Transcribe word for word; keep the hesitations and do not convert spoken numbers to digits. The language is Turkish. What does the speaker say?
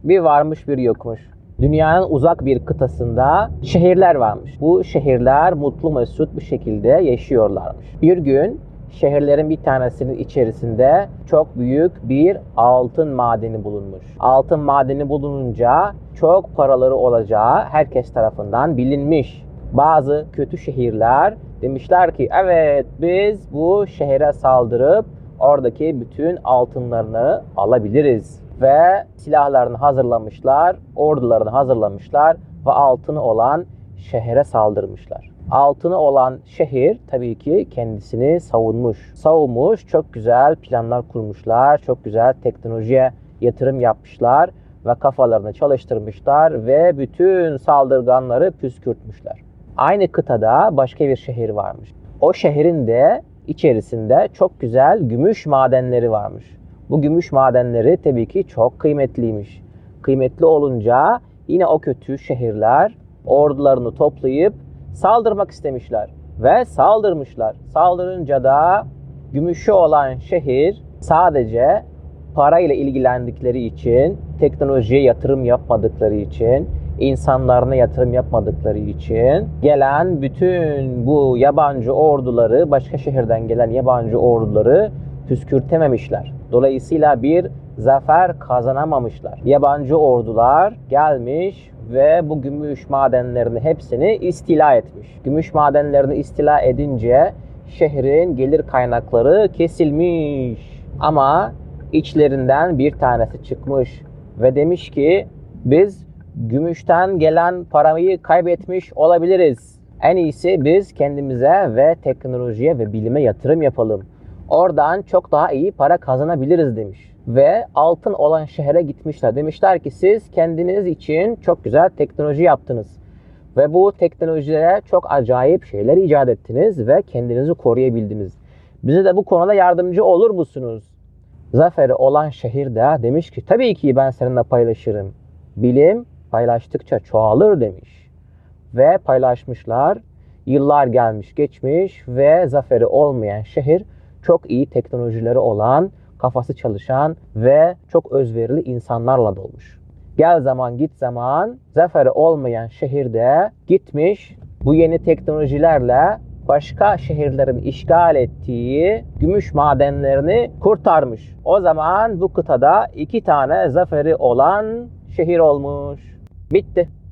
Bir varmış bir yokmuş. Dünyanın uzak bir kıtasında şehirler varmış. Bu şehirler mutlu mesut bir şekilde yaşıyorlarmış. Bir gün şehirlerin bir tanesinin içerisinde çok büyük bir altın madeni bulunmuş. Altın madeni bulununca çok paraları olacağı herkes tarafından bilinmiş. Bazı kötü şehirler demişler ki evet biz bu şehre saldırıp oradaki bütün altınlarını alabiliriz. Ve silahlarını hazırlamışlar, ordularını hazırlamışlar ve altını olan şehre saldırmışlar. Altını olan şehir tabii ki kendisini savunmuş. Savunmuş, çok güzel planlar kurmuşlar, çok güzel teknolojiye yatırım yapmışlar ve kafalarını çalıştırmışlar ve bütün saldırganları püskürtmüşler. Aynı kıtada başka bir şehir varmış. O şehrin de içerisinde çok güzel gümüş madenleri varmış. Bu gümüş madenleri tabii ki çok kıymetliymiş. Kıymetli olunca yine o kötü şehirler ordularını toplayıp saldırmak istemişler. Ve saldırmışlar. Saldırınca da gümüşü olan şehir sadece parayla ilgilendikleri için, teknolojiye yatırım yapmadıkları için, insanlarına yatırım yapmadıkları için gelen bütün bu yabancı orduları, başka şehirden gelen yabancı orduları püskürtememişler. Dolayısıyla bir zafer kazanamamışlar. Yabancı ordular gelmiş ve bu gümüş madenlerini hepsini istila etmiş. Gümüş madenlerini istila edince şehrin gelir kaynakları kesilmiş. Ama içlerinden bir tanesi çıkmış ve demiş ki biz gümüşten gelen parayı kaybetmiş olabiliriz. En iyisi biz kendimize ve teknolojiye ve bilime yatırım yapalım. Oradan çok daha iyi para kazanabiliriz demiş. Ve altın olan şehre gitmişler. Demişler ki siz kendiniz için çok güzel teknoloji yaptınız. Ve bu teknolojilere çok acayip şeyler icat ettiniz ve kendinizi koruyabildiniz. Bize de bu konuda yardımcı olur musunuz? Zaferi olan şehir de demiş ki tabii ki ben seninle paylaşırım. Bilim paylaştıkça çoğalır demiş. Ve paylaşmışlar. Yıllar gelmiş geçmiş ve zaferi olmayan şehir çok iyi teknolojileri olan, kafası çalışan ve çok özverili insanlarla dolmuş. Gel zaman git zaman zaferi olmayan şehirde gitmiş bu yeni teknolojilerle başka şehirlerin işgal ettiği gümüş madenlerini kurtarmış. O zaman bu kıtada iki tane zaferi olan şehir olmuş. Bitti.